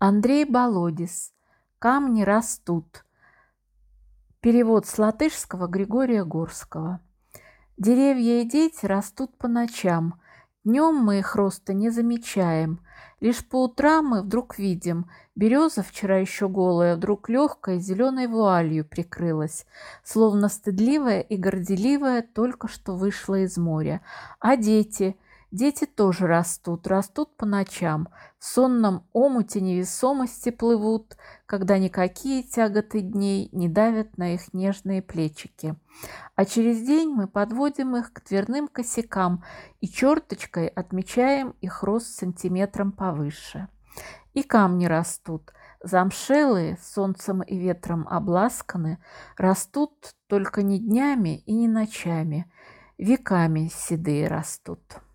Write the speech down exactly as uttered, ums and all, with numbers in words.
Андрей Болодис. «Камни растут». Перевод с латышского Григория Горского. Деревья и дети растут по ночам. Днем мы их роста не замечаем. Лишь по утрам мы вдруг видим, береза, вчера еще голая, вдруг легкой зеленой вуалью прикрылась, словно стыдливая и горделивая только что вышла из моря. А дети? Дети тоже растут, растут по ночам, в сонном омуте невесомости плывут, когда никакие тяготы дней не давят на их нежные плечики. А через день мы подводим их к дверным косякам и черточкой отмечаем их рост сантиметром повыше. И камни растут, замшелые, солнцем и ветром обласканы, растут только не днями и не ночами, веками седые растут.